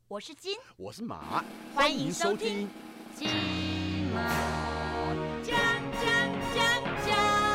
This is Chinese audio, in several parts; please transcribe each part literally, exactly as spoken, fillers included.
我是金， 我是马， 欢迎收听金马讲讲讲讲。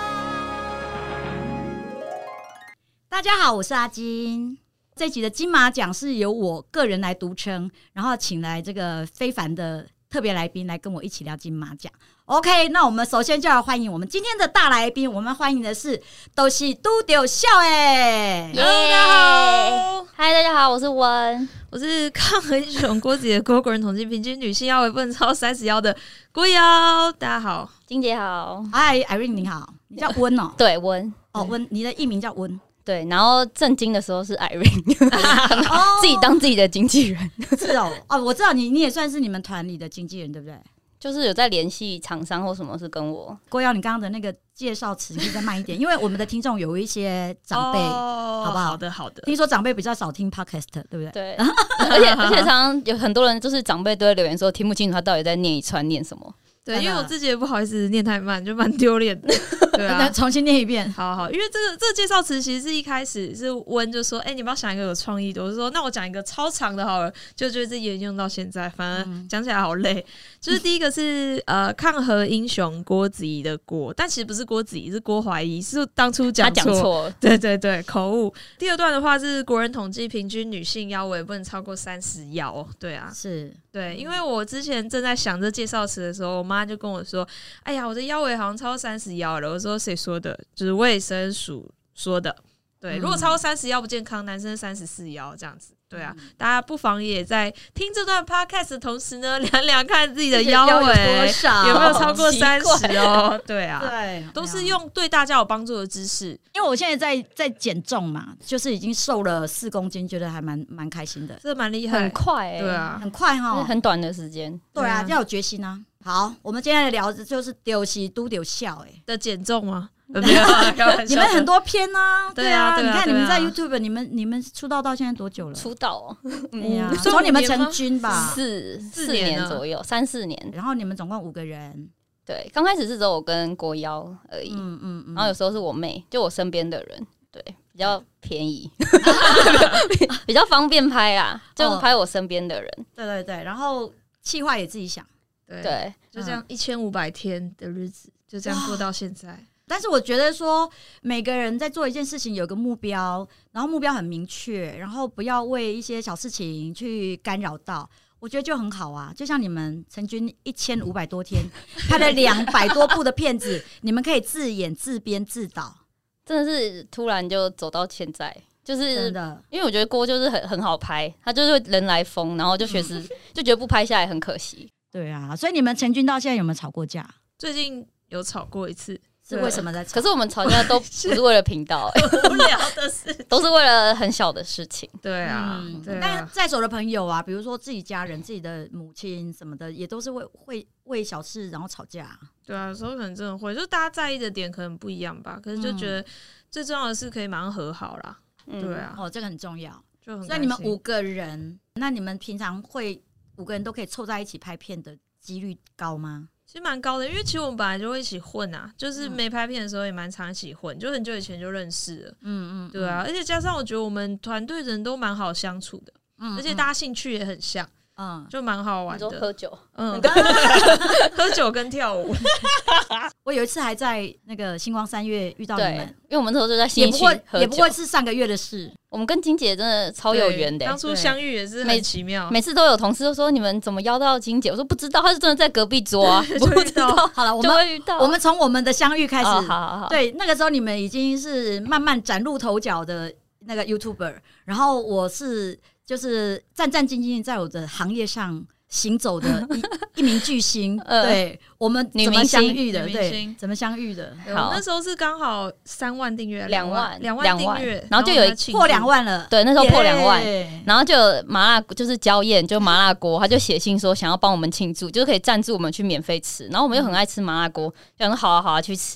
大家好，我是阿金。这集的金马奖是由我个人来独撑，然后请来这个非凡的特别来宾来跟我一起聊金马奖。OK， 那我们首先就要欢迎我们今天的大来宾，我们欢迎的是都是拄着笑诶。 Hello， 大家好，嗨，大家好，我是温，我是抗衡英雄郭子仪的郭国人统计平均女性腰围不能超三十腰的郭瑶。大家好，金姐好， 嗨 ，Irene 你好，你叫温哦？ 对，温哦，温，你的艺名叫温。 对，然后正经的时候是 Irene， 自己当自己的经纪人。 是哦，哦，我知道你，你也算是你们团里的经纪人，对不对？ 就是有在联系厂商或什么是跟我。 郭瑶，你刚刚的那个介绍词可以再慢一点，因为我们的听众有一些长辈， 哦、 好不好？ 好的，好的。 听说长辈比较少听 podcast， 对不对？ 对，而且而且常常有很多人就是长辈都会留言说听不清楚他到底在念一串念什么。 对，因为我自己也不好意思念太慢，就蛮丢脸的。对啊， 重新念一遍。 好好，因为这个这个介绍词其实是一开始是温就说，哎、欸，你不要想一个有创意的，我就说那我讲一个超长的好了，就觉得自己沿用到现在，反而讲起来好累。嗯、就是第一个是呃抗衡英雄郭子仪的郭，但其实不是郭子仪，是郭怀仪，是当初讲错， 他讲错， 对对对，口误。第二段的话是国人统计平均女性腰围不能超过三十腰，对啊， 是对，因为我之前正在想这介绍词的时候，我妈就跟我说：“哎呀，我的腰围好像超过三十腰了。”我说：“谁说的？就是卫生署说的。对，嗯、如果超过三十腰不健康，男生三十四腰这样子。对啊，嗯、大家不妨也在听这段 podcast 的同时呢，量量看自己的腰围有, 有没有超过三十哦。对啊， 对， 都是用对大家有帮助的知识。 因为我现在在在减重嘛，就是已经瘦了四公斤，觉得还蛮蛮开心的， 这蛮厉害， 很快、欸， 对啊， 很快哈， 很短的时间。 对啊，要有决心啊。好，我们今天来聊的就是丢西都丢笑哎的减重吗？ 没有，你们很多篇啊，对啊，你看你们在 YouTube， 你们你们出道到现在多久了？ 出道哦， 哎呀，从你们成军吧， 四四年左右，三四年。 然后你们总共五个人， 对，刚开始是只有我跟国瑶而已，嗯嗯嗯，然后有时候是我妹，就我身边的人，对，比较便宜，比较方便拍啊，就拍我身边的人。 对对对，然后企划也自己想， 对， 就这样一千五百天的日子，就这样过到现在。 但是我觉得说，每个人在做一件事情有个目标，然后目标很明确，然后不要为一些小事情去干扰到，我觉得就很好啊。就像你们成军一千五百多天，拍了两百多部的片子，你们可以自演、自编、自导， 真的是突然就走到现在。就是真的， 因为我觉得郭就是很很好拍，他就是人来疯，然后就确实就觉得不拍下来很可惜。 对啊，所以你们成军到现在有没有吵过架？ 最近有吵过一次。 是为什么在吵？ 可是我们吵架都不是为了频道、欸， 无聊的事， 都是为了很小的事情。 对啊，嗯、对啊。 但在手的朋友啊，比如说自己家人、自己的母亲什么的，也都是为会为小事然后吵架。 对啊，有时候可能真的会，就大家在意的点可能不一样吧。可是就觉得最重要的是可以马上和好啦。嗯、对啊， 哦，这个很重要。 就很所以你们五个人，那你们平常会五个人都可以凑在一起拍片的几率高吗？ 其实蛮高的，因为其实我们本来就会一起混啊，就是没拍片的时候也蛮常一起混，就很久以前就认识了。嗯嗯，对啊，而且加上我觉得我们团队人都蛮好相处的，嗯，而且大家兴趣也很像，嗯，就蛮好玩的。 你说喝酒， 嗯，喝酒跟跳舞。 我有一次还在那个星光三月遇到你们， 因为我们那时候就在新一区喝酒， 也不过是上个月的事。我们跟金姐真的超有缘的、欸， 当初相遇也是很奇妙。 每次都有同事都说你们怎么邀到金姐，我说不知道，她是真的在隔壁桌啊，不知道。 好了，我们就会遇到。 我们从我们的相遇开始， 哦、好好好， 对，那个时候你们已经是慢慢崭露头角的那个 YouTuber， 然后我是就是战战兢兢在我的行业上行走的一一名巨星，呃、对，我们怎么相遇的？对，怎么相遇的？ 好，那时候是刚好三万订阅， 两万， 两万订阅， 然后就有一破两万了， 对，那时候破两万，然后就有麻辣就是娇艳，就麻辣锅，他就写信说想要帮我们庆祝，就是可以赞助我们去免费吃，然后我们又很爱吃麻辣锅，想说好啊好啊去吃。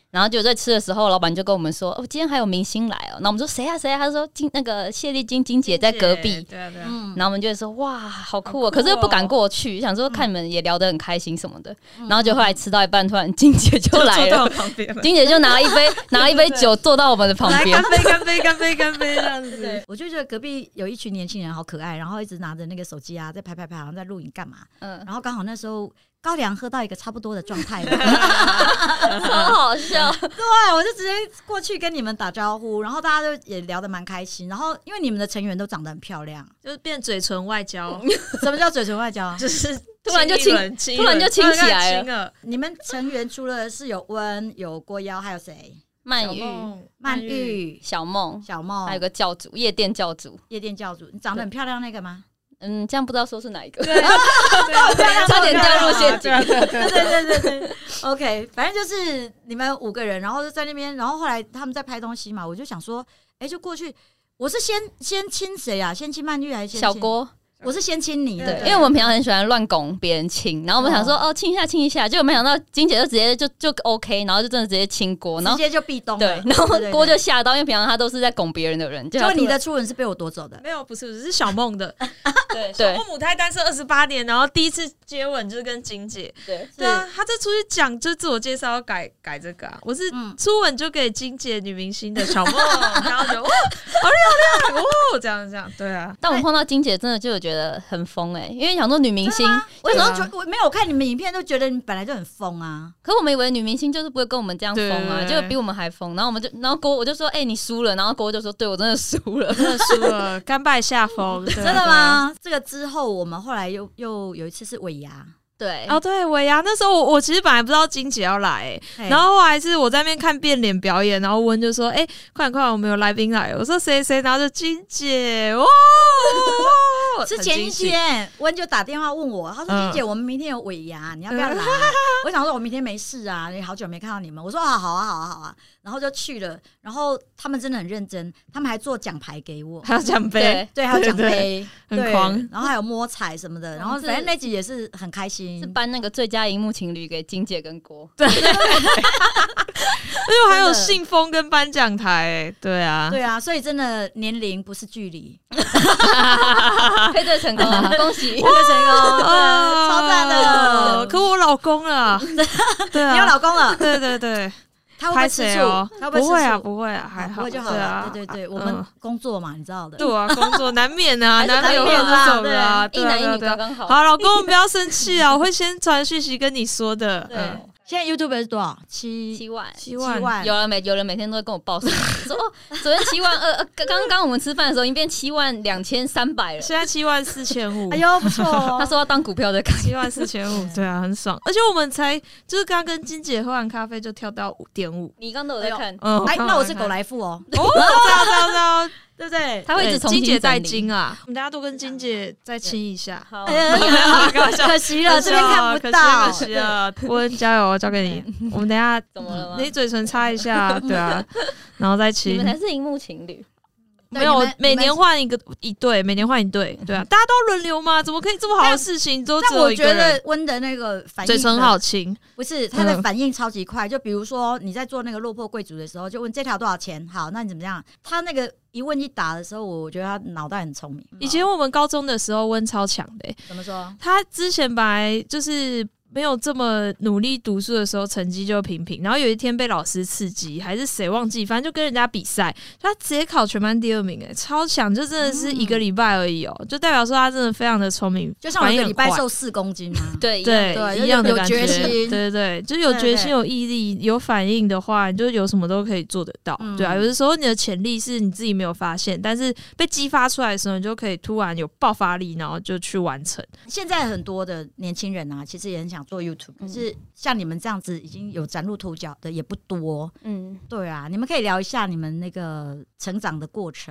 然后就在吃的时候，老板就跟我们说：“哦，今天还有明星来哦。”那我们说：“谁啊谁啊？”他说：“金那个谢丽金金姐在隔壁。” 对啊对啊。 嗯、然后我们就说：“哇，好酷哦！”可是又不敢过去，想说看你们也聊得很开心什么的。嗯、然后就后来吃到一半，突然金姐就来了， 就金姐就拿了一杯拿了一杯酒坐到我们的旁边， 干杯干杯干杯干杯这样子。 对，我就觉得隔壁有一群年轻人好可爱，然后一直拿着那个手机啊，在拍拍拍，好像在录影干嘛？嗯，然后刚好那时候。高粱喝到一个差不多的状态了， 超好笑。 对，我就直接过去跟你们打招呼，然后大家就也聊得蛮开心。然后因为你们的成员都长得很漂亮， 就是变嘴唇外交。 什么叫嘴唇外交？ 就是突然就亲，突然就亲起来了。 你们成员除了是有温、有郭妖，还有谁？ 曼玉、 曼玉、 小梦、 小梦， 还有个教主，夜店教主， 夜店教主。你长得很漂亮那个吗？ 嗯，这样不知道说是哪一个， 对， 差点加入陷阱。 对对对对对 ，OK， 反正就是你们五个人，然后就在那边，然后后来他们在拍东西嘛，我就想说，哎、欸，就过去，我是先先亲谁啊？先亲曼玉还是先亲小郭？ 我是先亲你， 对，因为我们平常很喜欢乱拱别人亲，然后我们想说哦亲一下亲一下，结果没想到金姐就直接就就 OK， 然后就真的直接亲郭，然后直接就壁咚了， 对，然后郭就吓到，因为平常他都是在拱别人的人， 结果你的初吻是被我夺走的， 没有，不是，只是小梦的， 对对，小梦母胎单身二十八年，然后第一次接吻就是跟金姐，对对啊，他这出去讲就自我介绍要改改这个啊，我是初吻就给金姐女明星的小梦，然后就哇好亮好亮哦，这样这样，对啊， 但我们碰到金姐真的就有觉得很疯哎、欸，因为想说女明星， 为什么觉我没有看你们影片就觉得你本来就很疯啊？ 可我们以为女明星就是不会跟我们这样疯啊，结果比我们还疯。然后我们就，然后郭我就说，哎、欸，你输了。然后郭就说，对我真的输了， 真的输了，甘拜下风。 真的吗？这个之后我们后来又又有一次是尾牙。 对哦，对尾牙那时候我我其实本来不知道金姐要来、欸，然后后来是我在那边看变脸表演，然后温就说：“哎、欸，快点快点，我们有来宾来。”我说：“谁谁？”然后就金姐，哇！ 是前一天温就打电话问我，他说：“金姐，我们明天有尾牙，你要不要来？”我想说，我明天没事啊，好久没看到你们。我说：“啊，好啊，好啊，好啊。”然后就去了，然后他们真的很认真，他们还做奖牌给我， 还有奖杯， 对，还有奖杯， 很狂。 然后还有摸彩什么的，然后反正那集也是很开心。 是颁那个最佳荧幕情侣给金姐跟郭， 对，而且还有信封跟颁奖台、欸，对啊， 对啊，所以真的年龄不是距离， 配对成功，恭喜配对成功，超赞的。 可我老公了，对啊， 你有老公了， 对对对。 他会不会吃醋？ 哦、 他会不会啊，不会啊，还好， 不会就好了。对对对，我们工作嘛，你知道的。 对啊，工作难免啊，难免有这种的啊， 一男一女刚刚好。 好，老公不要生气啊，我会先传讯息跟你说的。 对，现在 YouTube 是多少？七七万， 七万。 有人每有人每天都会跟我报数字，说哦，昨天七万二，刚刚刚我们吃饭的时候已经变七万两千三百了， 现在七万四千五。 哎呦，不错哦。 他说要当股票在看， 七万四千五，对啊，很爽。而且我们才就是刚跟金姐喝完咖啡就跳到五点五。 你刚都有在看， 嗯，哎，那我是狗来富哦。 哦，这样这样这样。 对不对？ 他会一直重新金姐带金啊，我们大家都跟金姐再亲一下。 好， 可惜了，这边看不到。 可惜了，温加油，交给你。我们等一下怎么了吗？ 你嘴唇擦一下，对啊，然后再亲。 你们才是荧幕情侣。 没有，每年换一个一对，每年换一对，对啊，大家都轮流吗？怎么可以这么好的事情都只有一个人？ 但我觉得温的那个反应嘴唇好亲， 不是他的反应超级快。就比如说你在做那个落魄贵族的时候，就问这条多少钱？好，那你怎么样？他那个一问一答的时候，我觉得他脑袋很聪明。 以前我们高中的时候，温超强的、欸， 怎么说？ 他之前本来就是没有这么努力读书的时候，成绩就平平。然后有一天被老师刺激，还是谁忘记，反正就跟人家比赛，他直接考全班第二名、欸，哎，超强！就真的是一个礼拜而已哦、喔，就代表说他真的非常的聪明， 就像我一个礼拜瘦四公斤嘛， 对对对， 一样的感觉， 有决心， 对对对，就有决心、有毅力、有反应的话，你就有什么都可以做得到，嗯、对啊。有的时候你的潜力是你自己没有发现，但是被激发出来的时候，你就可以突然有爆发力，然后就去完成。 现在很多的年轻人啊，其实也很想做 YouTube， 可是像你们这样子已经有崭露头角的也不多。嗯，对啊，你们可以聊一下你们那个成长的过程。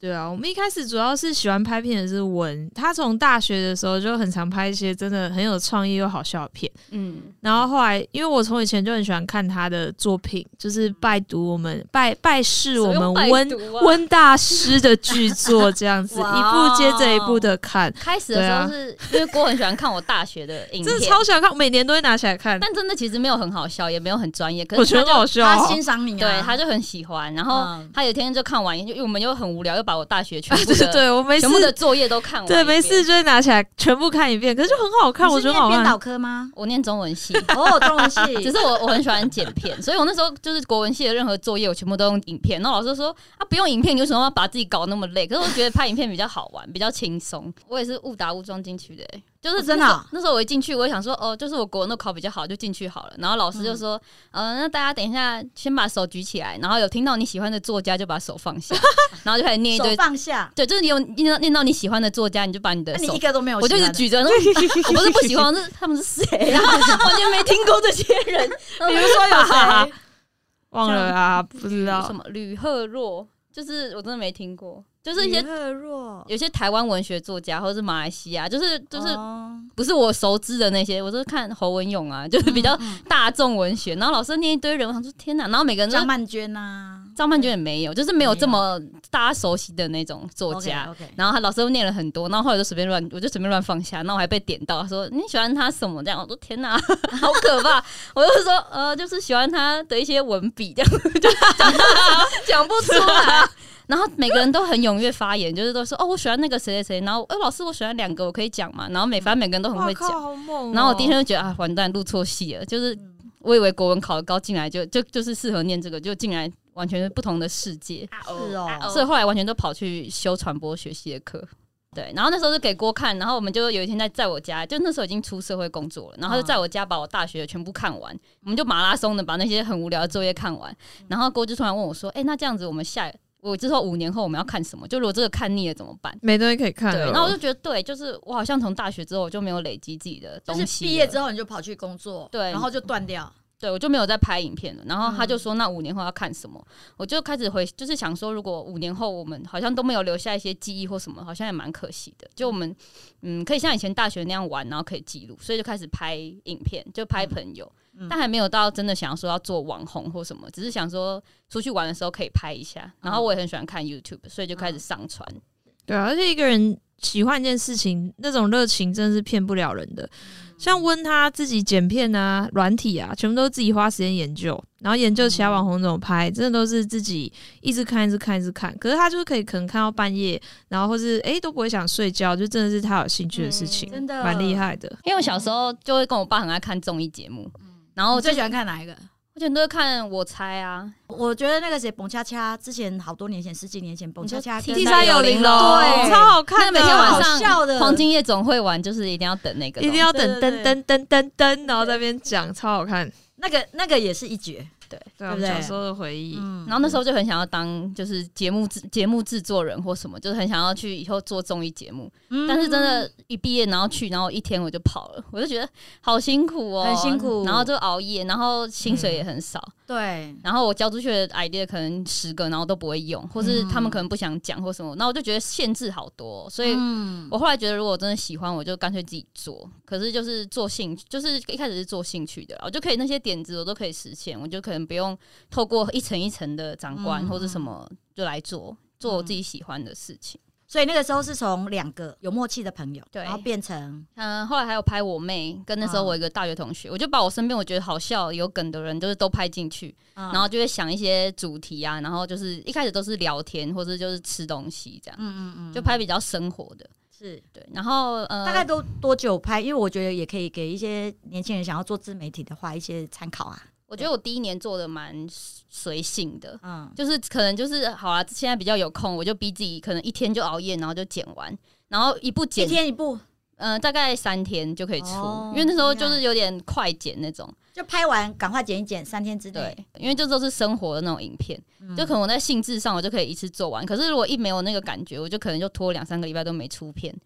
对啊，我们一开始主要是喜欢拍片的是文，他从大学的时候就很常拍一些真的很有创意又好笑的片，嗯，然后后来因为我从以前就很喜欢看他的作品，就是拜读我们拜拜视我们温温、啊、大师的巨作这样子，一部接着一部的看。 开始的时候是、啊、因为郭很喜欢看我大学的影片， 真的超喜欢看，每年都会拿起来看， 但真的其实没有很好笑，也没有很专业，可是我觉得很好笑、哦， 他欣赏你、啊， 对，他就很喜欢，然后他有一天就看完，因为我们又很无聊，又把我大学全部的对对，我没事全部的作业都看完， 对，没事就会拿起来全部看一遍，可是就很好看，我觉得好看。 你是念编导科吗？ 我念中文系， 哦，中文系， 只是我我很喜欢剪片，所以我那时候就是国文系的任何作业，我全部都用影片。然后老师说啊，不用影片，你为什么要把自己搞那么累？可是我觉得拍影片比较好玩，比较轻松。我也是误打误撞进去的、欸，就是真的、哦。 那时候我一进去，我也想说，哦，就是我国文都考比较好，就进去好了。然后老师就说，嗯、呃，那大家等一下先把手举起来，然后有听到你喜欢的作家就把手放下，然后就开始念一堆手放下， 对，就是你有念到念到你喜欢的作家，你就把你的手， 啊、你一个都没有， 我就是举着，我不是不喜欢，是他们是谁啊？完全没听过这些人， 比如说有谁忘了啊，不知道什么吕赫若，就是我真的没听过。就是一些有些台湾文学作家，或者是马来西亚，就是就是不是我熟知的那些，我都看侯文詠啊，就是比较大众文学。然后老师念一堆人，我想说天哪！然后每个人都张曼娟啊， 张曼娟也没有，就是没有这么大家熟悉的那种作家。 Okay, okay. 然后他老师又念了很多，然后后来就随便乱，我就随便乱放下，然后我还被点到，他说你喜欢他什么这样？我说天哪，好可怕！我就说呃，就是喜欢他的一些文笔这样，就讲不出来。然后每个人都很踊跃发言，就是都说哦，我喜欢那个谁谁谁。然后，哎、欸，老师，我喜欢两个，我可以讲嘛？然后每反正每个人都很会讲。 好猛哦、 然后我第一天就觉得啊，完蛋，录错戏了。就是我以为国文考得高进来就就就是适合念这个，就进来完全是不同的世界。 是哦， 所以后来完全都跑去修传播学系的课。对，然后那时候就给郭看，然后我们就有一天在在我家，就那时候已经出社会工作了，然后就在我家把我大学的全部看完，我们就马拉松的把那些很无聊的作业看完。然后郭就突然问我说：“哎、欸，那这样子我们下。”我之后五年后我们要看什么？就如果这个看腻了怎么办？ 没东西可以看了。 对，然后我就觉得对，就是我好像从大学之后我就没有累积自己的东西， 就是毕业之后你就跑去工作，对，然后就断掉。 对，我就没有再拍影片了。然后他就说：“那五年后要看什么？”我就开始回，就是想说，如果五年后我们好像都没有留下一些记忆或什么，好像也蛮可惜的。就我们嗯，可以像以前大学那样玩，然后可以记录，所以就开始拍影片，就拍朋友。嗯、但还没有到真的想要说要做网红或什么，只是想说出去玩的时候可以拍一下。然后我也很喜欢看 YouTube， 所以就开始上传。 对啊，而且一个人喜欢一件事情，那种热情真的是骗不了人的。像温他自己剪片啊、软体啊，全部都是自己花时间研究，然后研究其他网红怎么拍，真的都是自己一直看、一直看、一直看。可是他就是可以可能看到半夜，然后或是哎、欸、都不会想睡觉，就真的是他有兴趣的事情，嗯、真的蛮厉害的。 因为我小时候就会跟我爸很爱看综艺节目。然后我最喜欢看哪一个？ 我以前都会看我猜啊。 我觉得那个谁，蹦恰恰，之前好多年前，十几年前，蹦恰恰跟 T 三有玲珑，对，超好看的， 每天晚上黄金夜总会玩，就是一定要等那个， 一定要等噔噔噔噔噔，然后在那边讲，超好看。 那个那个也是一绝。 对， 对不对？小时候的回忆、 嗯，然后那时候就很想要当就是节目制节目制作人或什么，就是很想要去以后做综艺节目、嗯。但是真的，一毕业然后去，然后一天我就跑了，我就觉得好辛苦哦， 很辛苦。 然后就熬夜，然后薪水也很少。嗯、 对。 然后我交出去的 idea 可能十个，然后都不会用，或是他们可能不想讲或什么，那我就觉得限制好多、哦。所以我后来觉得，如果我真的喜欢，我就干脆自己做。可是就是做兴趣，就是一开始是做兴趣的，我就可以那些点子我都可以实现，我就可能不用。透过一层一层的长官、嗯、或者什么就来做做我自己喜欢的事情、嗯， 所以那个时候是从两个有默契的朋友， 对， 然后变成嗯、呃，后来还有拍我妹跟那时候我一个大学同学，嗯、我就把我身边我觉得好笑有梗的人，就是都拍进去、嗯，然后就会想一些主题啊，然后就是一开始都是聊天或者就是吃东西这样，嗯嗯嗯，就拍比较生活的。 是对， 然后呃， 大概都多久拍？因为我觉得也可以给一些年轻人想要做自媒体的话一些参考啊。 我觉得我第一年做的蛮随性的，嗯，就是可能就是好啦，现在比较有空，我就逼自己可能一天就熬夜，然后就剪完，然后一部剪一天一部， 呃，大概三天就可以出，哦、因为那时候就是有点快剪那种， 就拍完赶快剪一剪，三天之内。 对，因为这都是生活的那种影片、嗯，就可能我在兴致上我就可以一次做完，可是如果一没有那个感觉，我就可能就拖两三个礼拜都没出片。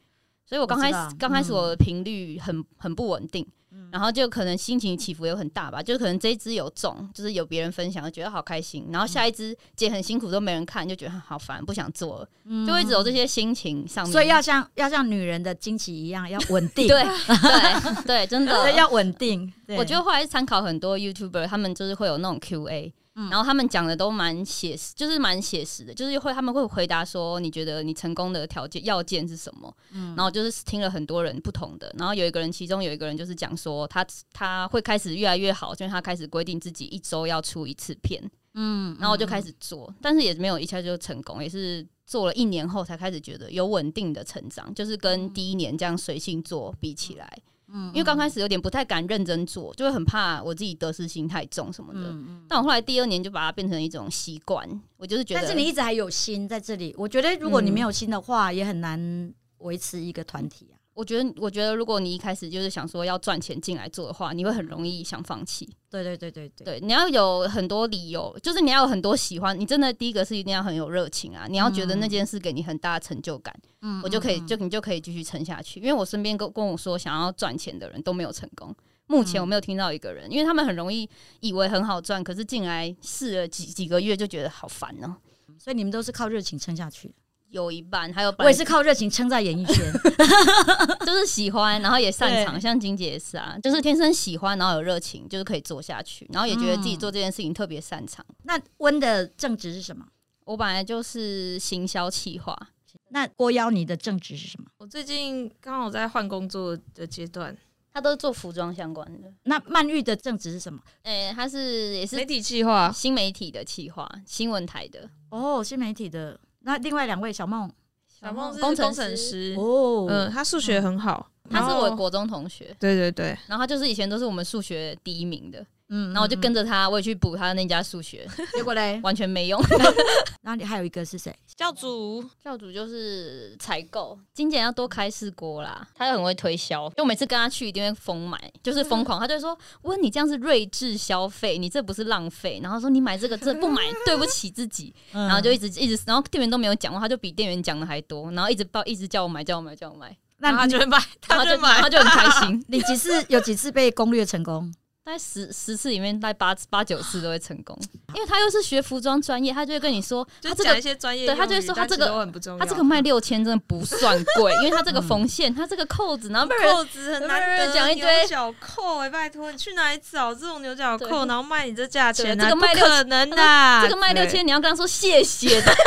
所以我刚开始我知道刚开始我的频率很很不稳定。然后就可能心情起伏也很大吧，就可能这一支有中，就是有别人分享，就觉得好开心。然后下一支姐很辛苦都没人看，就觉得好烦，不想做了，嗯、就会一直有这些心情上面。 所以要像要像女人的经期一样，要稳定。 对对对，真的对要稳定。 我觉得后来参考很多 YouTuber， 他们就是会有那种 Q A。然后他们讲的都蛮写实，就是蛮写实的，就是会他们会回答说，你觉得你成功的条件要件是什么？嗯，然后就是听了很多人不同的，然后有一个人，其中有一个人就是讲说，他他会开始越来越好，因为他开始规定自己一周要出一次片，嗯，然后我就开始做，但是也没有一下就成功，也是做了一年后才开始觉得有稳定的成长，就是跟第一年这样随性做比起来。嗯，因为刚开始有点不太敢认真做，就会很怕我自己得失心太重什么的。嗯嗯、但我后来第二年就把它变成一种习惯，我就是觉得。 但是你一直还有心在这里，我觉得如果你没有心的话，嗯、也很难维持一个团体啊。 我觉得，我觉得如果你一开始就是想说要赚钱进来做的话，你会很容易想放弃。 对对对对 对, 对，你要有很多理由，就是你要有很多喜欢，你真的第一个是一定要很有热情啊，你要觉得那件事给你很大的成就感，嗯，我就可以就你就可以继续撑下去。因为我身边跟跟我说想要赚钱的人都没有成功，目前我没有听到一个人，因为他们很容易以为很好赚，可是进来试了几几个月就觉得好烦哦、喔。 所以你们都是靠热情撑下去。 有一半，还有我也是靠热情撑在演艺圈， 就是喜欢，然后也擅长，像金姐也是啊，就是天生喜欢，然后有热情，就是可以做下去，然后也觉得自己做这件事情特别擅长。 嗯、那温的正职是什么？ 我本来就是行销企划。 那郭妖你的正职是什么？ 我最近刚好在换工作的阶段。 他都是做服装相关的。 那曼玉的正职是什么？ 诶、欸，他是也是媒体企划， 新媒体的企划，新闻台的。 哦，新媒体的。那另外两位，小梦， 小梦是工程师哦， 嗯，他数学很好， 他是我国中同学， 对对对， 然后他就是以前都是我们数学第一名的，嗯，然后我就跟着他，我也去补他那家数学， 结果嘞完全没用。 然后你还有一个是谁？ 教主， 教主就是采购，金姐要多开市锅啦，他又很会推销，就我每次跟他去一定会疯买，就是疯狂，他就会说：“问你这样是睿智消费，你这不是浪费。”然后说：“你买这个，这不买对不起自己。”然后就一直一直，然后店员都没有讲话，他就比店员讲的还多，然后一直报，一直叫我买，叫我买，叫我买。 那他就会买，他就买， 他就很开心。 你几次有几次被攻略成功？ 大概十十次里面，大概八八九次都会成功，因为他又是学服装专业，他就会跟你说，他这个一些专业， 对他就会说他这个很不重要， 他这个卖六千真的不算贵，因为他这个缝线，他这个扣子，然后扣子很难得， 讲一堆牛角扣，哎，拜托，你去哪里找这种牛角扣，然后卖你这价钱呢？ 这个卖不可能的， 这个卖六千，你要跟他说谢谢的，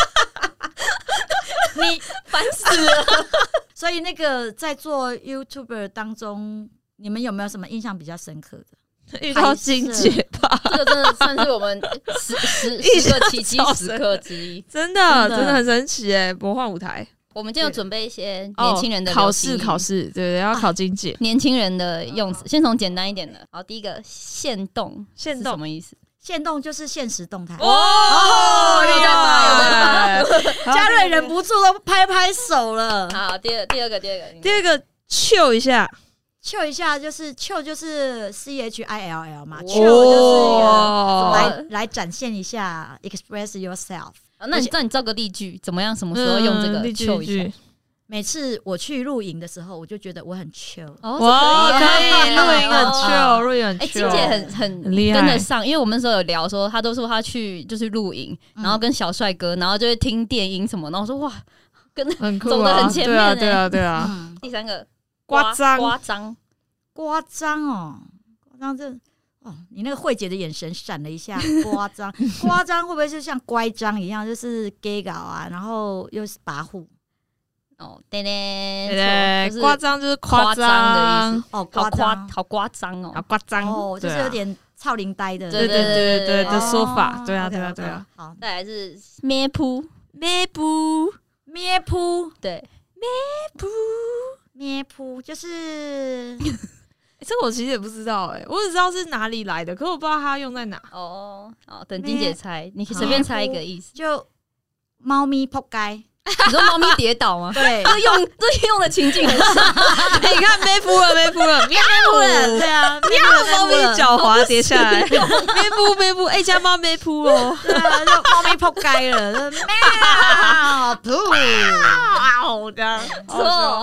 你烦死了。 所以那个在做 YouTuber 当中，你们有没有什么印象比较深刻的？ 遇到金姐吧， 这个真的算是我们十十十个奇迹时刻之一， 真的真的很神奇哎！魔幻舞台， 我们今天有准备一些年轻人的考试，考试对对，要考金姐。 年轻人的用词，先从简单一点的。好，第一个限动， 限动什么意思？ 限动就是限时动态哦，有在发，有在发，嘉瑞忍不住都拍拍手了。 好，第二第二个，第二个， 第二个，chill一下。 chill一下就是 chill 就是 C H I L L 嘛 ，chill 就是一个来来展现一下 express yourself。 那你那你造个例句，怎么样？什么时候用这个 chill 一下？ 每次我去露营的时候，我就觉得我很 chill。 哦， 哇，可以露营很 chill， 露营很 chill。哎， 金姐很很跟得上，因为我们那时候有聊说，他都说他去就是露营，然后跟小帅哥，然后就会听电音什么，然后我说哇，跟走得很前面哎， 对啊对啊。 第三个。 夸张， 夸张， 夸张哦，夸张这哦，你那个慧姐的眼神闪了一下，夸张，夸张会不会就像乖张一样，就是 gay 搞啊，然后又是跋扈？ 哦，对对对，夸张就是夸张的意思， 哦，夸张， 好夸张哦， 好夸张哦，就是有点操灵呆的， 对对对对的说法，对啊对啊对啊。 好，再来是咩噗咩噗咩噗， 对， 咩噗。 咩噗就是、 欸，这个我其实也不知道哎、欸，我只知道是哪里来的，可是我不知道它用在哪。 哦，好，等金姐猜，你可以随便猜一个意思， 就猫咪扑街。 你说猫咪跌倒吗？ 对， 这用这用的情境很像。 你看，咩噗了，咩噗了，咩噗了， 对啊， 喵，猫咪脚滑跌下来，咩噗咩噗，哎，家猫咩噗哦， 对啊，就猫咪扑街了，喵噗， 好的， 错。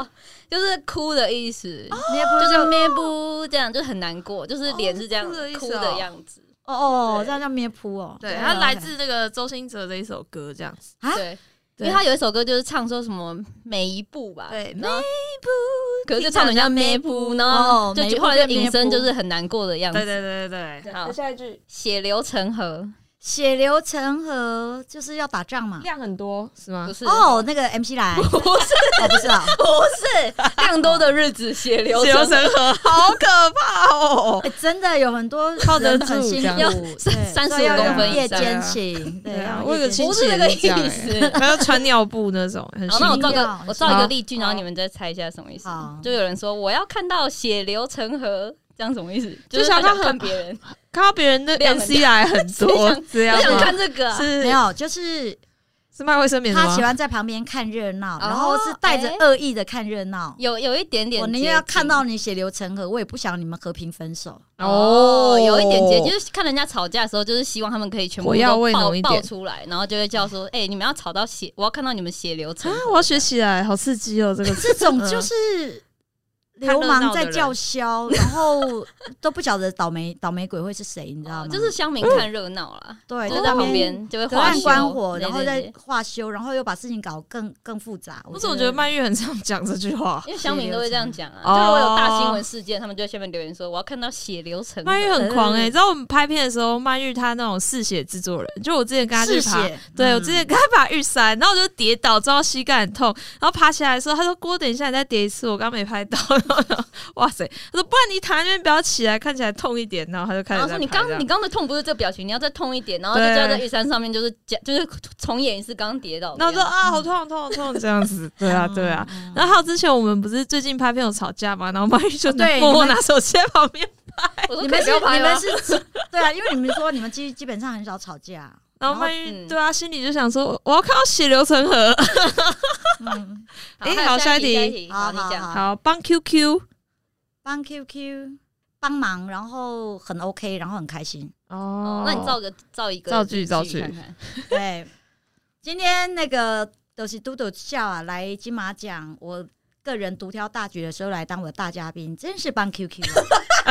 就是哭的意思， 咩噗就是咩不这样，就很难过，就是脸是这样哭的意思哦哭的样子。 哦哦， 对这样叫咩噗哦。 对， 哦它来自这个周兴哲的一首歌，这样子。 啊对，因对为他有一首歌就是唱说什么每一步吧， 对， 然后每可是就唱得很像咩噗，然后就哦每一步后来就变咩引申噗就是很难过的样子。 对对对对对。 好， 下一句血流成河， 血流成河就是要打仗嘛。 量很多是吗不？是哦，那个 M C 来， 不是哦，不是啊， 不是量多的日子，血流血流成河。 成河，好可怕哦！ 哎，真的有很多靠得人很辛住这样苦， 三对三十五所以要公分以夜上间勤，对啊， 我有个夜间勤亲戚不是那个也这样意思欸，还要穿尿布那种，很好，那我辛苦。 造个好我造一个好例句，然后你们再猜一下什么意思好。 就有人说我要看到血流成河，这样什么意思？ 就是想看他想看别人， 看到别人的量 M 很 C 来很多，这样我想吗？ 看这个啊。 是没有，就是是卖卫生棉的吗？ 他喜欢在旁边看热闹， 哦然后是带着哎恶意的看热闹。 有有一点点接近， 我宁愿要看到你血流成河，我也不想你们和平分手。 哦，有一点接近，就是看人家吵架的时候，就是希望他们可以全部火药味都爆浓一点爆出来，然后就会叫说：“哎、你们要吵到血，我要看到你们血流成河。 啊，我要学起来，好刺激哦！这个这种就是流氓在叫看嚣，然后都不晓得倒霉倒霉鬼会是谁，你知道吗？ 哦就是乡民看热闹啦， 对， 就在旁在那边边就会隔岸画休观火， 对然后再对对化修，然后又把事情搞更更复杂。 不是，我觉得曼玉很常讲这句话。 因为乡民都会这样讲啊， 哦就如果有大新闻事件，他们就在下面留言说：“我要看到血流成河。” 曼玉很狂哎、 嗯你知道我们拍片的时候，曼玉她那种嗜血制作人，就我之前跟她去爬， 嗜血， 对、 嗯我之前跟她爬玉山，然后我就跌倒，撞到膝盖很痛，然后爬起来的时候，她说：“郭，等一下你再跌一次，我刚没拍到。”然后哇塞，她说：“不然你躺在那边不要起来，看起来痛一点。”然后她就开然后说：“ 始在你刚拍这样你刚的痛不是这个表情，你要再痛一点，然后就对叫在玉山上面就是讲就是重演一次刚跌倒的样子。” 然后说啊，好痛好痛好痛这样子，对啊对啊。 嗯然后还有之前我们不是最近拍片有吵架嘛，然后曼玉就拿对你们默默拿手机在旁边， 我说：“ 你们是可以不要拍你们吗是对啊，因为你们说你们基基本上很少吵架。 然后然后曼玉嗯对啊，心里就想说我要看到血流成河。 嗯， 哎还有好下一题下一题，好，你讲。 好好好好，帮 Q Q 帮 Q Q 帮忙，然后很 OK，然后很开心。 哦那你造个造一个造句造句看看。 对，今天那个都是嘟嘟笑啊，来金马奖，我个人独挑大局的时候来当我的大嘉宾，真是帮 Q Q 啊。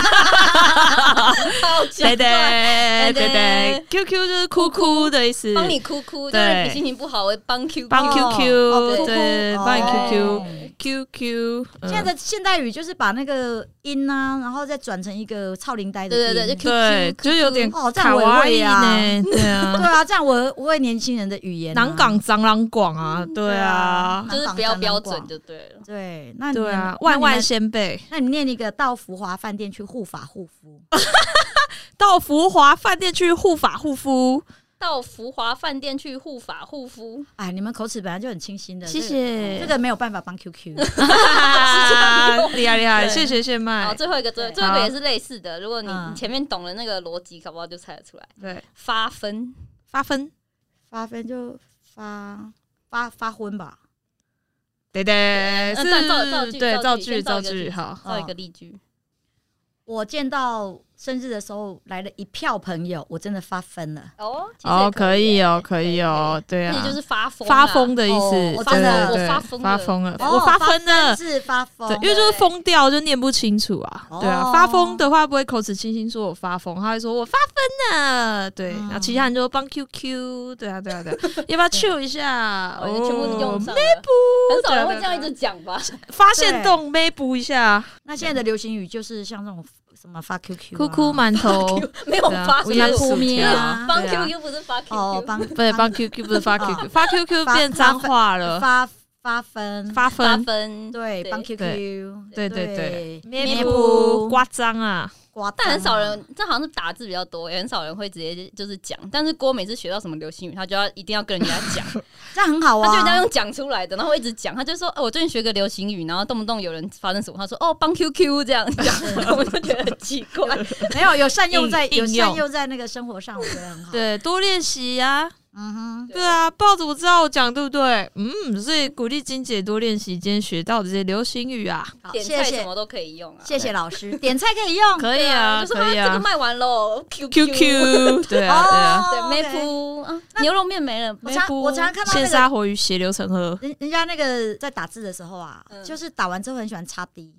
对对对对，Q Q 就是哭哭的意思， 帮你哭哭，就对是你心情不好，我会帮 Q 帮哦 Q Q， 哦哭哭对， 哦帮你 Q Q 对 Q Q。 现在的现代语就是把那个音啊，然后再转成一个超龄呆的音。 对对对，就 Q 对， Q， 就有点哦这样我也卡哇伊会啊呢，对啊， 对啊，这样我我会年轻人的语言、啊。 南港蟑螂广啊，对啊， 就是不要标准就对了。 对，那你对啊们， 万万。 那你们先辈。 那你念一个到福华饭店去护发护肤。 到福华饭店去护发护肤， 到福华饭店去护发护肤， 哎，你们口齿本来就很清新的， 谢这个谢这。个没有办法帮 Q Q。 厉害厉害， 对谢谢谢好， 麦。 最后一个最对最后一个也是类似的。如果你嗯你前面懂了那个逻辑，搞不好就猜得出来。 对， 发分， 发分， 发分就发发发昏吧。 对对， 嗯造造造是， 句对，造句句造句， 先造一个句好。 造一个例句。 我见到生日的时候来了一票朋友，我真的发疯了。 哦，其实也哦，可以哦，可可以哦，对啊， 那就是发疯啊， 发疯的意哦思， 我对真的对对我发疯了发疯了， 哦我发疯了。 是发疯。 对，因为就是疯掉就念不清楚啊， 哦对啊，发疯的话不会口齿清新说我发疯，他会说我发疯了，对， 嗯然后其他人就帮 Q Q，对啊对啊对啊，要不要 chill 一下？ 哦，全部用哦上了，很少人会这样一直讲吧？ 发现洞 maybe 一下， 那现在的流行语就是像这种什么发 Q Q、啊、 哭哭馒头， 没有发对啊现扑面啊帮对啊 Q Q 不是发 Q Q， 哦，帮对，帮 Q Q 不是发 Q Q，发 Q Q 发变脏话了， 发发分发发分， 分， 对，帮 Q Q 对对对， 咩咩噗不刮脏啊， 刮， 但很少人，这好像是打字比较多，也很少人会直接就是讲。但是郭每次学到什么流行语，他就要一定要跟人家讲， 这样很好啊， 他就一定要用讲出来的，然后会一直讲。他就说：“哦，我最近学个流行语，然后动不动有人发生什么，他说哦帮 Q Q 这样讲，我就觉得很奇怪。 没有有善用在应有应用善用在那个生活上，我觉得很好。 对，多练习啊， 嗯哼， 对啊，报纸我知道我讲对不对？嗯，所以鼓励金姐多练习今天学到的这些流行语啊。 好， 点谢谢菜什么都可以用啊。 谢谢老师，点菜可以用， 可以啊， 就是可以啊。 这个卖完喽 Q Q， 对啊，对啊。 对，梅 OK 夫啊，牛肉面没了， 我常梅夫我常常看到那现个杀活鱼血流成河。 人人家那个在打字的时候啊， 嗯就是打完之后很喜欢擦 D，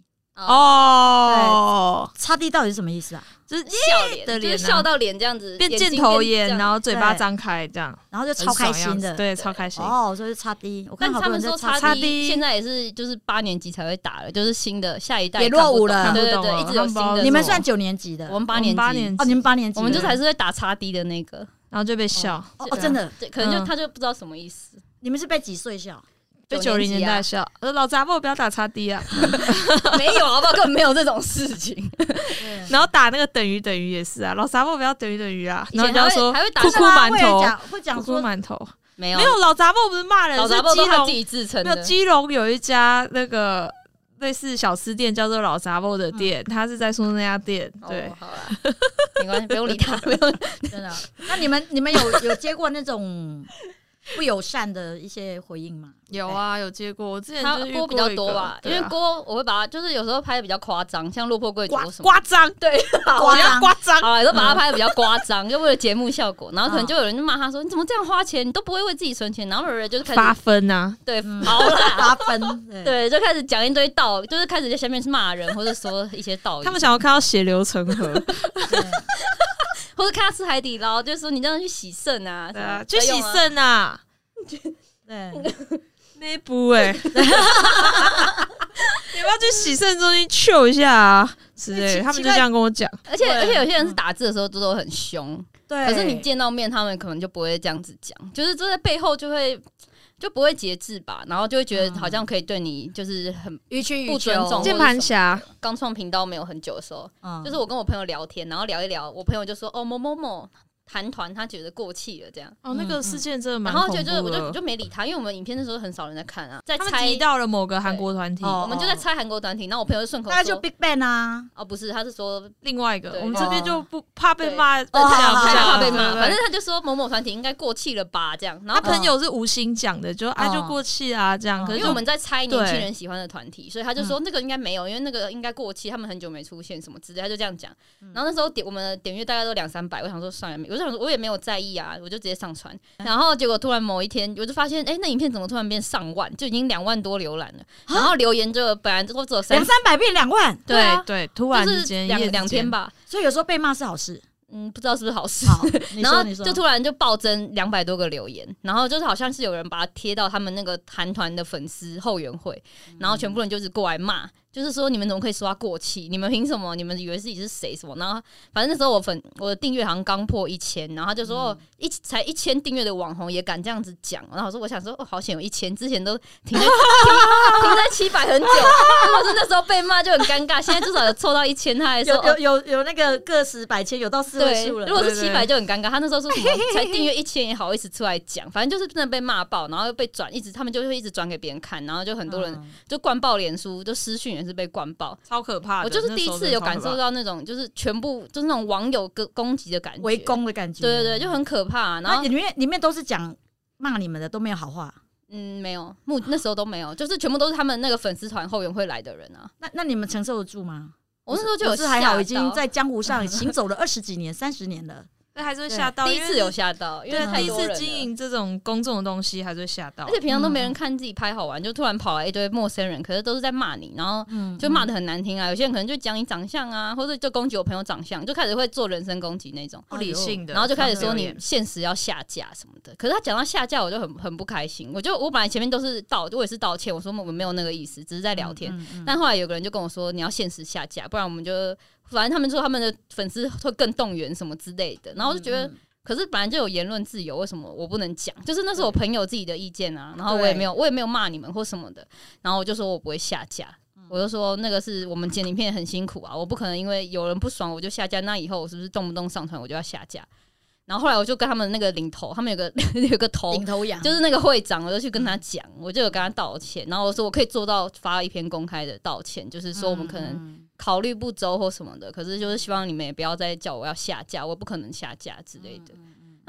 哦， 擦 D 到底是什么意思啊？ 就是笑脸的脸啊就是笑到脸这样子， 变眼睛箭头眼， 变这样然后嘴巴对张开这样， 然后就超开心的， 对，超开心。 哦，所以是擦 D。我看但他们说好多人在擦叉 D D 现在也是就是八年级才会打了，就是新的下一代也落伍了看不懂对对对， 看不懂了一直有新的。 他们不知道你们算九年级的， 我们八年级， 八年级哦，你们八年级的， 我们就是还是会打叉 D 的那个， 然后就被笑， 哦哦，真的， 对，可能就嗯他就不知道什么意思。 你们是被几岁笑？ 被九零九年级啊年代笑。呃，老杂货不要打叉 D 啊， 没有好不好？根本没有这种事情。 然后打那个等于等于也是啊，老杂货不要等于等于啊， 以前还会然后就要说还会打哭哭馒头， 会讲会讲哭哭说馒头。 没有没有老杂货不是骂人， 老是基杂货都他自隆己自称没有的。 基隆有一家那个类似小吃店叫做老杂货的店，他是在说那家店，对哦，好啦，没关系，不用理他，不用。 真的。那你们你们有有接过那种不友善的一些回应吗？ 有啊，有接过。我之前他就是遇锅比较过一个多吧，因对啊为锅我会把它，就是有时候拍的比较夸张，像落魄贵族夸或什么。 夸张， 对， 夸张夸张， 好了，都把它拍的比较夸张，就为了节目效果。然后可能嗯就有人就骂他说：“你怎么这样花钱？你都不会为自己存钱。”然后有人就是开八始分啊， 对，好啦， 八分，对， 对，就开始讲一堆道，就是开始在下面是骂人，或者说一些道理。 他们想要看到血流成河， 对或者看他吃海底捞，就是说你这样去洗肾啊， 对啊， 什么去洗。肾啊， 对， 那不哎，你要不要去洗肾中心秀一下啊之类的？他们就这样跟我讲， 而且对而且有些人是打字的时候都都很凶， 对。 可是你见到面，他们可能就不会这样子讲，就是这在背后就会就不会节制吧，然后就会觉得好像可以对你就是很予取予求不尊重键盘侠， 刚创频道没有很久的时候， 嗯就是我跟我朋友聊天，然后聊一聊，我朋友就说哦某某某韩团他觉得过气了这样， 哦，那个事件真的蛮然后恐怖就就我就我的。 就没理他，因为我们影片那时候很少人在看啊，在他们猜提到了某个韩国团体， 哦我们就在猜韩国团体，然后我朋友就顺口大概就说 Big Bang 啊， 哦不是，他是说另外一个， 对我们这边哦就不怕被骂， 对好太好好怕被骂， 对对对反正他就说某某团体应该过气了吧这样，然后他朋友是无心讲的，就啊哦就过气啊这样， 哦可是就因为我们在猜年轻对人喜欢的团体，所以他就说那个应该没有，因为那个应该过期，他们很久没出现什么之类，他就这样讲。然后那时候点我们的点阅大概都两三百，我想说算了，我就想说我也没有在意啊，我就直接上传。然后结果突然某一天，我就发现，哎、那影片怎么突然变上万，就已经两万多浏览了。然后留言就本来都只有三两，三百变两万， 对啊对对，突然就是之间两一夜之间两天，吧， 所以有时候被骂是好事。 嗯，不知道是不是好事。 好，你然后说你说， 就突然就暴增两百多个留言，然后就是好像是有人把它贴到他们那个韩团的粉丝后援会，然后全部人就是过来骂，就是说你们怎么可以说他过气？你们凭什么？你们以为自己是谁什么？然后反正那时候我粉我的订阅好像刚破一千，然后他就说、哦、一才一千订阅的网红也敢这样子讲，然后我说我想说哦好险有一千，之前都停在停停在七百很久，如果是那时候被骂就很尴尬，现在至少有凑到一千，他还说有有有有那个个十百千，有到四位对， 数了。 如果是对对七百就很尴尬。他那时候说什么才订阅一千也好意思出来讲，反正就是真的被骂爆，然后又被转，一直他们就会一直转给别人看，然后就很多人嗯就灌爆脸书，就私讯也是被灌爆。 超可怕的。 我就是第一次有感受到， 到那种就是全部就是那种网友攻攻击的感觉， 围攻的感觉。 对对对，就很可怕。然后那里面里面都是讲骂你们的，都没有好话。 嗯没有，目那时候都没有，就是全部都是他们那个粉丝团后援会来的人啊。 那那你们承受得住吗？ 我那时候就有我是还好， 吓已经到在江湖上行走了二十几年、三十年了。 但还是会吓到。因为第一次有吓到，因为对第一次太多人了经营这种公众的东西，还是会吓到。 而且平常都没人看自己拍好玩，就突然跑来一堆陌生人，可是都是在骂你，然后嗯， 就骂的很难听啊。有些人可能就讲你长相啊，或者就攻击我朋友长相，就开始会做人身攻击那种， 不理性的， 然后就开始说你留言现实要下架什么的。可是他讲到下架，我就很很不开心。我就我本来前面都是道，我也是道歉，我说我们没有那个意思，只是在聊天。 嗯嗯但后来有个人就跟我说，你要限时下架，不然我们就反正他们说他们的粉丝会更动员什么之类的。然后我就觉得。 嗯可是本来就有言论自由，为什么我不能讲？就是那是我朋友自己的意见啊，然后我也没有，我也没有骂你们或什么的，然后我就说我不会下架，我就说那个是我们剪影片很辛苦啊，我不可能因为有人不爽我就下架，那以后我是不是动不动上传我就要下架？然后后来我就跟他们那个领头，他们有个有个头领头羊就是那个会长，我就去跟他讲，我就有跟他道歉，然后我说我可以做到发一篇公开的道歉，就是说我们可能考虑不周或什么的，可是就是希望你们也不要再叫我要下架，我不可能下架之类的。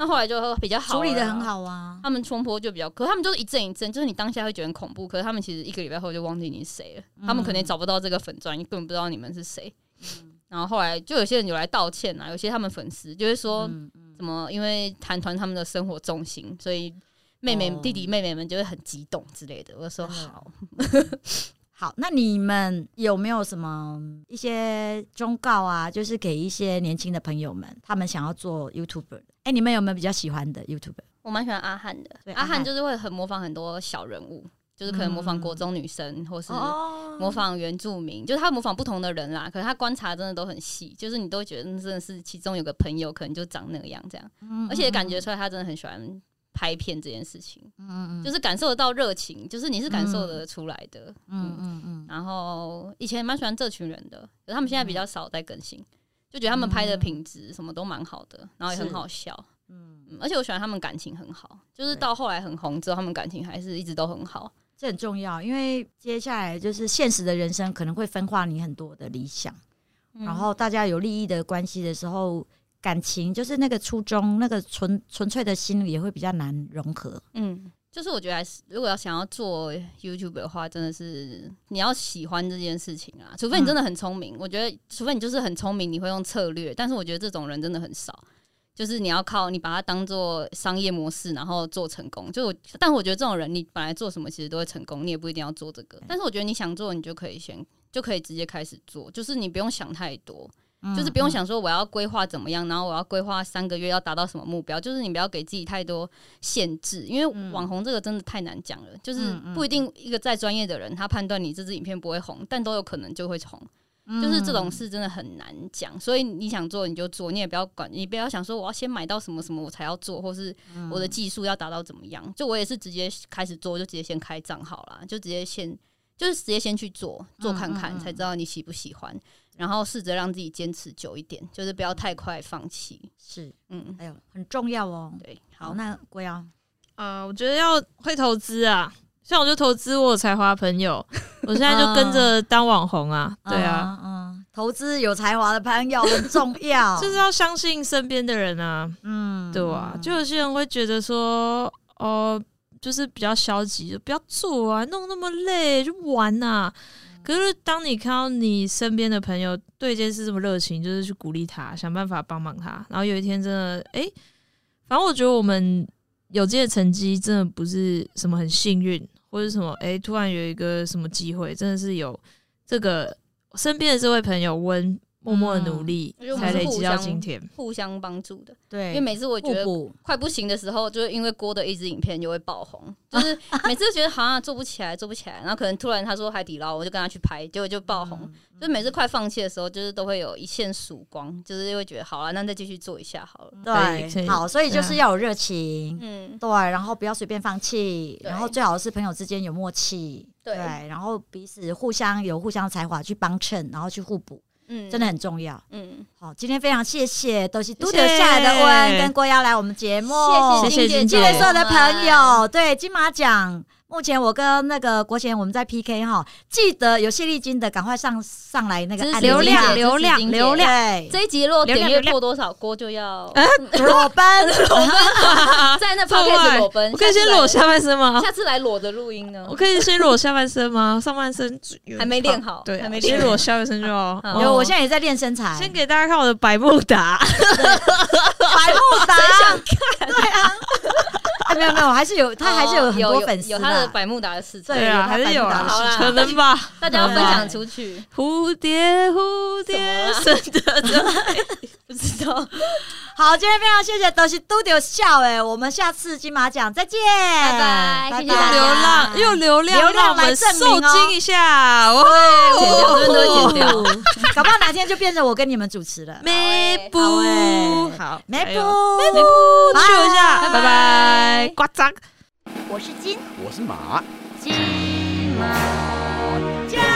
那后来就比较好， 处理的很好啊。 他们冲波就比较，可是他们就是一阵一阵，就是你当下会觉得很恐怖，可是他们其实一个礼拜后就忘记你是谁了、嗯，他们可能也找不到这个粉专，根本不知道你们是谁。嗯、然后后来就有些人有来道歉啊，有些他们粉丝就会说，怎么因为韩团他们的生活重心，所以妹妹、哦、弟弟妹妹们就会很激动之类的。我说好。 好，那你们有没有什么一些忠告啊？就是给一些年轻的朋友们，他们想要做 YouTuber。哎、欸，你们有没有比较喜欢的 YouTuber？ 我蛮喜欢阿汉的，阿汉就是会很模仿很多小人物，就是可能模仿国中女生，嗯、或是模仿原住民，就是他模仿不同的人啦。可是他观察真的都很细，就是你都会觉得真的是其中有个朋友可能就长那个样这样，嗯、而且感觉出来他真的很喜欢拍片这件事情，嗯嗯，就是感受得到热情，就是你是感受得出来的，嗯嗯嗯。然后以前蛮喜欢这群人的，可是他们现在比较少在更新，就觉得他们拍的品质什么都蛮好的，然后也很好笑，嗯，而且我喜欢他们感情很好，就是到后来很红之后，他们感情还是一直都很好， 这很重要，因为接下来就是现实的人生可能会分化你很多的理想，嗯、然后大家有利益的关系的时候。感情就是那个初衷，那个纯纯粹的心也会比较难融合。 嗯，就是我觉得还是，如果要想要做 YouTube 的话，真的是你要喜欢这件事情啊。除非你真的很聪明、嗯，我觉得，除非你就是很聪明，你会用策略。但是我觉得这种人真的很少。就是你要靠你把它当做商业模式，然后做成功。就我，但我觉得这种人，你本来做什么其实都会成功，你也不一定要做这个。但是我觉得你想做，你就可以先就可以直接开始做，就是你不用想太多。就是不用想说我要规划怎么样，然后我要规划三个月要达到什么目标，就是你不要给自己太多限制，因为网红这个真的太难讲了，就是不一定一个再专业的人他判断你这支影片不会红，但都有可能就会红，就是这种事真的很难讲，所以你想做你就做，你也不要管，你不要想说我要先买到什么什么我才要做，或是我的技术要达到怎么样，就我也是直接开始做就直接先开账号啦，就直接先就是直接先去做做看看才知道你喜不喜欢，然后试着让自己坚持久一点，就是不要太快放弃。 是，嗯，哎呦，很重要哦。 对， 好，那国瑶， 呃，我觉得要会投资啊，像我就投资我有才华的朋友，我现在就跟着当网红啊，对啊， 嗯，投资有才华的朋友很重要， 就是要相信身边的人啊，嗯，对啊，就有些人会觉得说，哦、呃。就是比较消极，就不要做啊，弄那么累就玩啊。可是当你看到你身边的朋友对一件事这么热情，就是去鼓励他，想办法帮忙他。然后有一天真的，哎、欸，反正我觉得我们有这些成绩，真的不是什么很幸运，或者什么，哎、欸，突然有一个什么机会，真的是有这个身边的这位朋友温。默默的努力、嗯、才累积到今天， 互相帮助的。 对， 因为每次我觉得快不行的时候，就是因为郭的一支影片就会爆红，就是每次觉得好像做不起来，做不起来，然后可能突然他说海底捞，我就跟他去拍，结果就爆红。嗯、就是每次快放弃的时候，就是都会有一线曙光，就是会觉得好了，那再继续做一下好了。 对，好，所以就是要有热情，嗯，对，然后不要随便放弃，然后最好是朋友之间有默契，对，然后彼此互相有互相才华去帮衬，然后去互补。嗯，真的很重要。嗯，好，今天非常谢谢都是都留下来的温跟郭瑶来我们节目， 谢谢金姐， 谢谢所有的朋友。对，金马奖目前我跟那个国贤我们在 P K 哈，记得有谢丽金的赶快上上来那个按流量流量流量。 对，这一集如果点阅破多少，郭就要裸奔裸奔，在那 podcast 裸奔。 我可以先裸下半身吗？ 下次来裸的录音呢？ 我可以先裸下半身吗？上半身还没练好， 对， 还没练先裸下半身就好。 有，我现在也在练身材。 先给大家看我的百慕达， 百慕达， 谁想看？ 对啊。没有没有，还是有，他还是有很多粉丝、 哦，有他的百慕达的市场， 对啊，还是有啊，可能吧， 大家要分享出去。 蝴蝶，蝴蝶，生的不知道。 好，今天非常谢谢都是都丢笑哎，我们下次金马奖再见， 拜拜，谢谢大家。 流浪又流量， 流量来证明哦，受惊一下， 哦，剪掉，真的剪掉， 搞不好哪天就变成我跟你们主持了。 梅布， 好，梅布， 梅布，去一下，拜拜，呱张。 我是金， 我是马， 金马奖。